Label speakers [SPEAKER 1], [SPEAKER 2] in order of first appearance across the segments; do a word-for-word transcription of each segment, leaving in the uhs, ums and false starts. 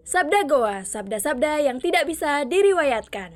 [SPEAKER 1] Sabda Goa, sabda-sabda yang tidak bisa diriwayatkan.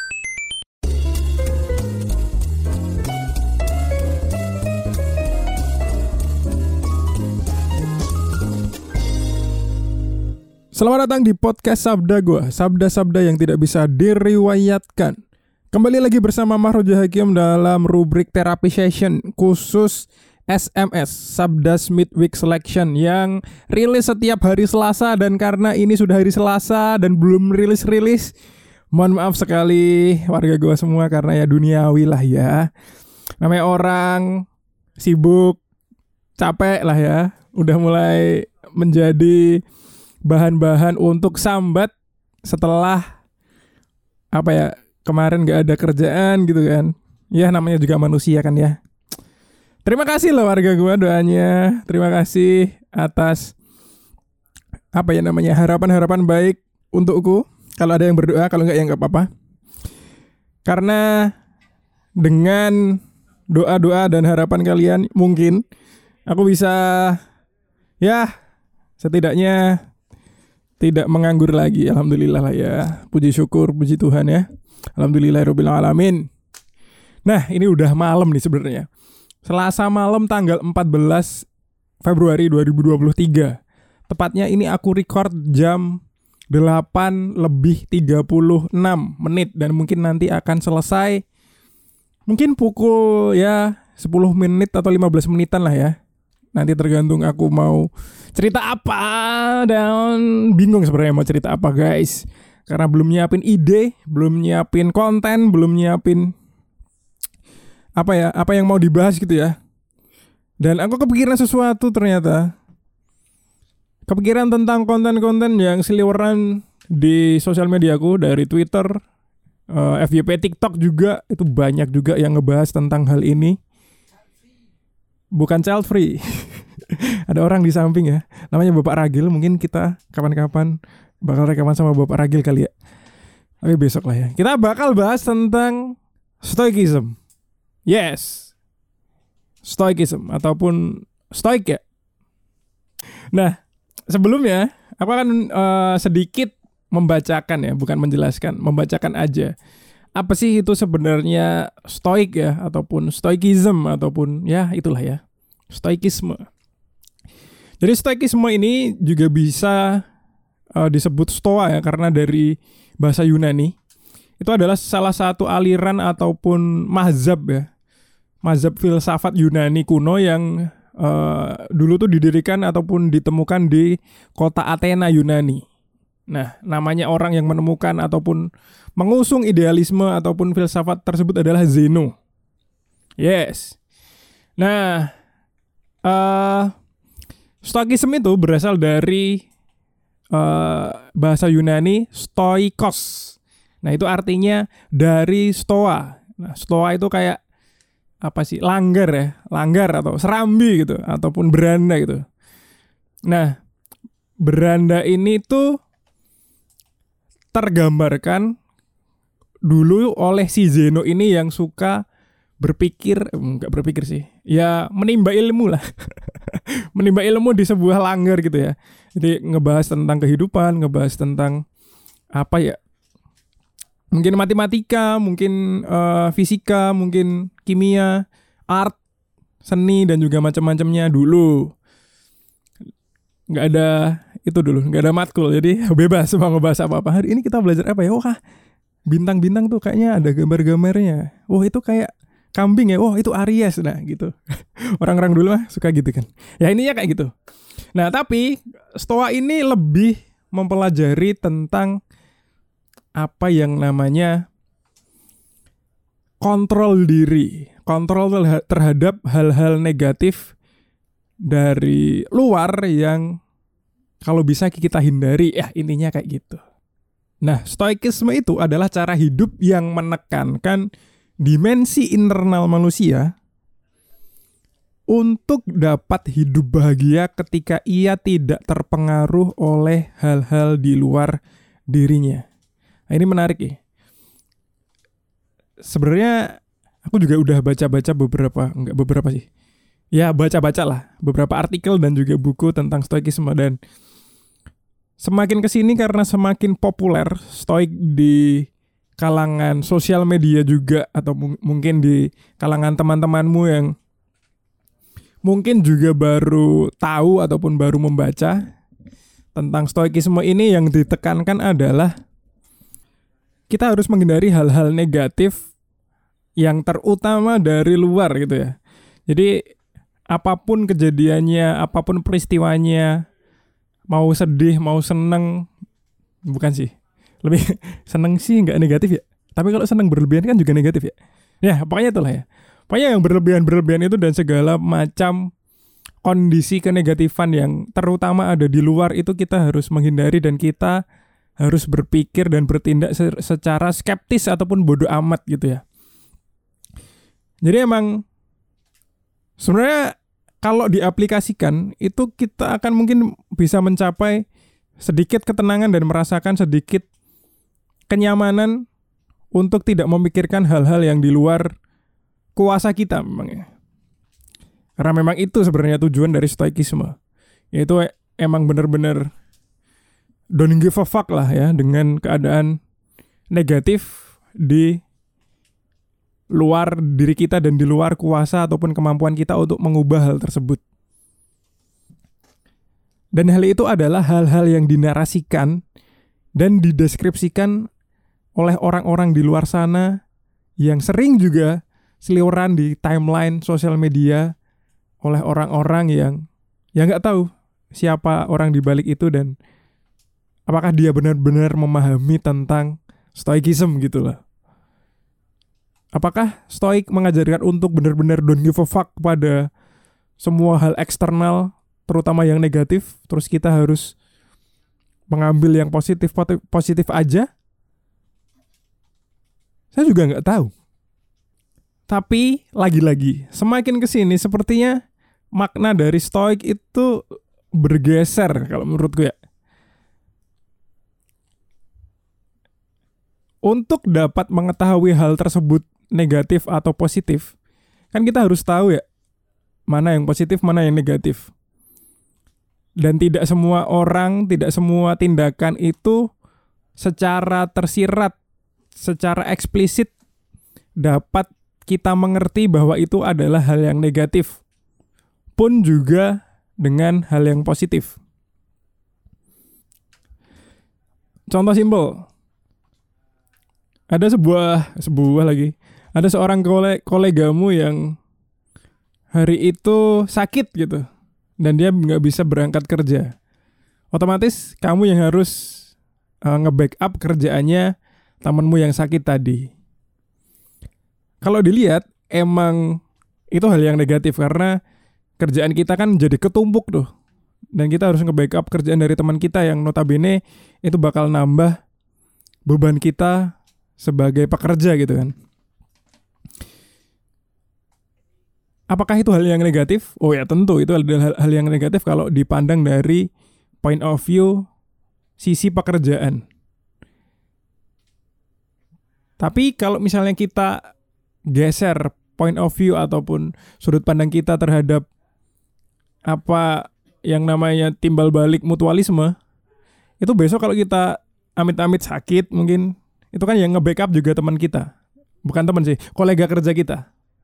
[SPEAKER 2] Selamat datang di podcast Sabda Goa, sabda-sabda yang tidak bisa diriwayatkan. Kembali lagi bersama Mahroja Hakim dalam rubrik terapi session khusus S M S, Sabdas Midweek Selection, yang rilis setiap hari Selasa. Dan karena ini sudah hari Selasa dan belum rilis-rilis, mohon maaf sekali warga Goa semua, karena ya duniawi lah ya. Namanya orang sibuk, capek lah ya. Udah mulai menjadi bahan-bahan untuk sambat setelah apa ya, kemarin gak ada kerjaan gitu kan. Ya namanya juga manusia kan ya. Terima kasih loh warga gua doanya. Terima kasih atas apa ya namanya, harapan-harapan baik untukku. Kalau ada yang berdoa, kalau enggak ya enggak apa-apa. Karena dengan doa-doa dan harapan kalian mungkin aku bisa ya setidaknya tidak menganggur lagi. Alhamdulillah lah ya. Puji syukur, puji Tuhan ya. Alhamdulillahirabbil alamin. Nah, ini udah malam nih sebenarnya. Selasa malam tanggal empat belas Februari dua ribu dua puluh tiga. Tepatnya ini aku record jam delapan lebih tiga puluh enam menit. Dan mungkin nanti akan selesai mungkin pukul ya sepuluh menit atau lima belas menitan lah ya. Nanti tergantung aku mau cerita apa, dan bingung sebenarnya mau cerita apa guys. Karena belum nyiapin ide, belum nyiapin konten, belum nyiapin apa ya, apa yang mau dibahas gitu ya. Dan aku kepikiran sesuatu ternyata. Kepikiran tentang konten-konten yang seliweran di sosial mediaku, dari Twitter, uh, F Y P, TikTok juga. Itu banyak juga yang ngebahas tentang hal ini. Bukan child free. Ada orang di samping ya, namanya Bapak Ragil. Mungkin kita kapan-kapan bakal rekaman sama Bapak Ragil kali ya. Tapi besok lah ya. Kita bakal bahas tentang stoikism. Yes, stoikism ataupun stoik ya. Nah, sebelumnya aku akan uh, sedikit membacakan ya, bukan menjelaskan, membacakan aja. Apa sih itu sebenarnya stoik ya, ataupun stoikism, ataupun ya itulah ya, stoikisme. Jadi stoikisme ini juga bisa uh, disebut stoa ya, karena dari bahasa Yunani. Itu adalah salah satu aliran ataupun mazhab ya, mazhab filsafat Yunani kuno yang uh, dulu tuh didirikan ataupun ditemukan di kota Athena, Yunani. Nah, namanya orang yang menemukan ataupun mengusung idealisme ataupun filsafat tersebut adalah Zeno. Yes. Nah, uh, stoikism itu berasal dari uh, bahasa Yunani stoikos. Nah, itu artinya dari stoa. Nah, stoa itu kayak apa sih? Langgar ya, langgar atau serambi gitu, ataupun beranda gitu. Nah, beranda ini tuh tergambarkan dulu oleh si Zeno ini yang suka berpikir, enggak berpikir sih, ya menimba ilmu lah. Menimba ilmu di sebuah langgar gitu ya. Jadi ngebahas tentang kehidupan, ngebahas tentang apa ya, mungkin matematika, mungkin uh, fisika, mungkin kimia, art, seni, dan juga macam-macamnya dulu. Nggak ada itu dulu, nggak ada matkul, jadi bebas mau ngebahas apa-apa. Hari ini kita belajar apa ya? Wah, bintang-bintang tuh kayaknya ada gambar-gambarnya. Wah, itu kayak kambing ya. Wah, itu Aries, nah gitu. Orang-orang dulu mah suka gitu kan. Ya ininya kayak gitu. Nah, tapi stoa ini lebih mempelajari tentang apa yang namanya kontrol diri, kontrol terhadap hal-hal negatif dari luar yang kalau bisa kita hindari. Ya intinya kayak gitu. Nah, stoikisme itu adalah cara hidup yang menekankan dimensi internal manusia untuk dapat hidup bahagia ketika ia tidak terpengaruh oleh hal-hal di luar dirinya. Nah, ini menarik ya. Sebenarnya aku juga udah baca-baca beberapa, enggak beberapa sih. Ya baca-baca lah beberapa artikel dan juga buku tentang stoikisme, dan semakin kesini karena semakin populer stoik di kalangan sosial media juga, atau mung- mungkin di kalangan teman-temanmu yang mungkin juga baru tahu ataupun baru membaca tentang stoikisme ini. Yang ditekankan adalah kita harus menghindari hal-hal negatif yang terutama dari luar gitu ya. Jadi apapun kejadiannya, apapun peristiwanya, mau sedih, mau seneng, bukan sih, lebih seneng sih nggak negatif ya. Tapi kalau seneng berlebihan kan juga negatif ya. Ya pokoknya itulah ya. Pokoknya yang berlebihan-berlebihan itu dan segala macam kondisi kenegatifan yang terutama ada di luar itu kita harus menghindari, dan kita harus berpikir dan bertindak secara skeptis ataupun bodoh amat gitu ya. Jadi emang sebenarnya kalau diaplikasikan itu kita akan mungkin bisa mencapai sedikit ketenangan dan merasakan sedikit kenyamanan untuk tidak memikirkan hal-hal yang di luar kuasa kita memang ya. Karena memang itu sebenarnya tujuan dari stoikisme. Yaitu emang benar-benar don't give a fuck lah ya dengan keadaan negatif di luar diri kita dan di luar kuasa ataupun kemampuan kita untuk mengubah hal tersebut. Dan hal itu adalah hal-hal yang dinarasikan dan dideskripsikan oleh orang-orang di luar sana yang sering juga seliweran di timeline sosial media oleh orang-orang yang ya nggak tahu siapa orang di balik itu dan apakah dia benar-benar memahami tentang stoikism gitu lah. Apakah stoik mengajarkan untuk benar-benar don't give a fuck kepada semua hal eksternal, terutama yang negatif, terus kita harus mengambil yang positif positif aja? Saya juga nggak tahu. Tapi lagi-lagi semakin kesini sepertinya makna dari stoik itu bergeser kalau menurutku ya. Untuk dapat mengetahui hal tersebut negatif atau positif, kan kita harus tahu ya mana yang positif, mana yang negatif. Dan tidak semua orang, tidak semua tindakan itu secara tersirat, secara eksplisit dapat kita mengerti bahwa itu adalah hal yang negatif. Pun juga dengan hal yang positif. Contoh simpel. Ada sebuah sebuah lagi. Ada seorang kole, kolegamu yang hari itu sakit gitu, dan dia nggak bisa berangkat kerja. Otomatis kamu yang harus uh, nge-backup kerjaannya temanmu yang sakit tadi. Kalau dilihat emang itu hal yang negatif karena kerjaan kita kan jadi ketumpuk tuh, dan kita harus nge-backup kerjaan dari teman kita yang notabene itu bakal nambah beban kita sebagai pekerja gitu kan. Apakah itu hal yang negatif? Oh ya tentu itu adalah hal, hal yang negatif kalau dipandang dari point of view sisi pekerjaan. Tapi kalau misalnya kita geser point of view ataupun sudut pandang kita terhadap apa yang namanya timbal balik mutualisme, itu besok kalau kita amit-amit sakit mungkin, itu kan yang nge-backup juga teman kita. Bukan teman sih, kolega kerja kita.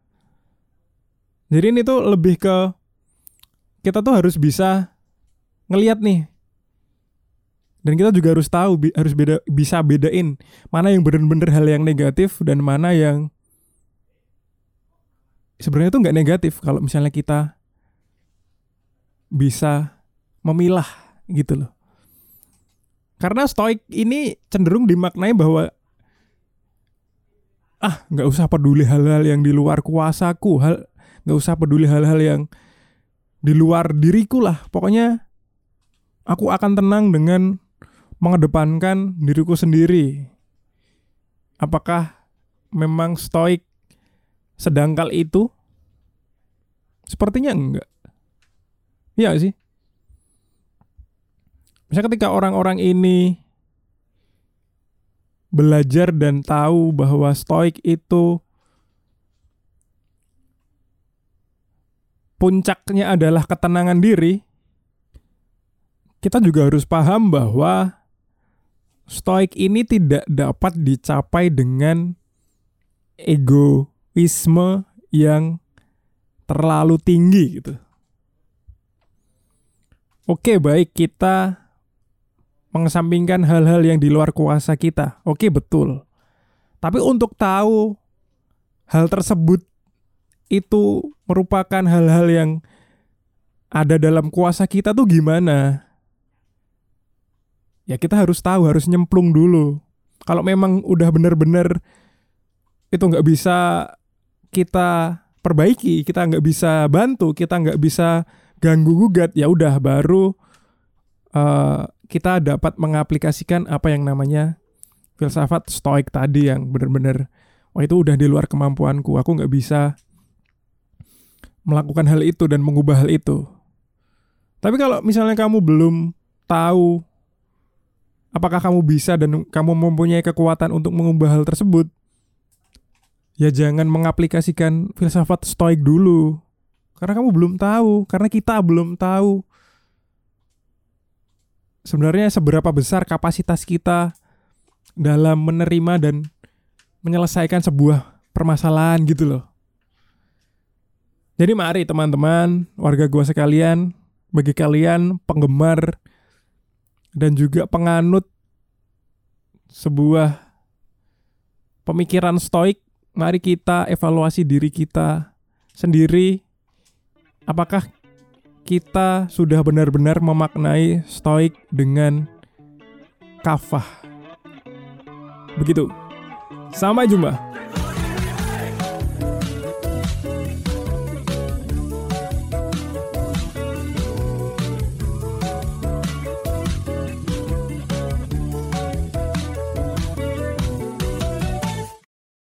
[SPEAKER 2] Jadi ini tuh lebih ke kita tuh harus bisa ngelihat nih. Dan kita juga harus tahu, harus beda, bisa bedain mana yang benar-benar hal yang negatif dan mana yang sebenarnya tuh nggak negatif kalau misalnya kita bisa memilah gitu loh. Karena stoik ini cenderung dimaknai bahwa ah nggak usah peduli hal-hal yang di luar kuasaku, hal nggak usah peduli hal-hal yang di luar diriku lah. Pokoknya aku akan tenang dengan mengedepankan diriku sendiri. Apakah memang stoik sedangkal itu? Sepertinya enggak. Iya sih. Misalnya ketika orang-orang ini belajar dan tahu bahwa stoik itu puncaknya adalah ketenangan diri, kita juga harus paham bahwa stoik ini tidak dapat dicapai dengan egoisme yang terlalu tinggi gitu. Oke, baik, kita mengesampingkan hal-hal yang di luar kuasa kita. Oke, betul. Tapi untuk tahu hal tersebut itu merupakan hal-hal yang ada dalam kuasa kita tuh gimana? Ya kita harus tahu, harus nyemplung dulu. Kalau memang udah benar-benar itu nggak bisa kita perbaiki, kita nggak bisa bantu, kita nggak bisa ganggu gugat, ya udah baru uh, kita dapat mengaplikasikan apa yang namanya filsafat stoik tadi yang benar-benar, wah itu udah di luar kemampuanku, aku nggak bisa melakukan hal itu dan mengubah hal itu. Tapi kalau misalnya kamu belum tahu apakah kamu bisa dan kamu mempunyai kekuatan untuk mengubah hal tersebut, ya jangan mengaplikasikan filsafat stoik dulu. Karena kamu belum tahu, karena kita belum tahu sebenarnya seberapa besar kapasitas kita dalam menerima dan menyelesaikan sebuah permasalahan gitu loh. Jadi mari teman-teman, warga gua sekalian, bagi kalian penggemar dan juga penganut sebuah pemikiran stoik, mari kita evaluasi diri kita sendiri. Apakah kita sudah benar-benar memaknai stoik dengan kafah? Begitu. Sampai jumpa.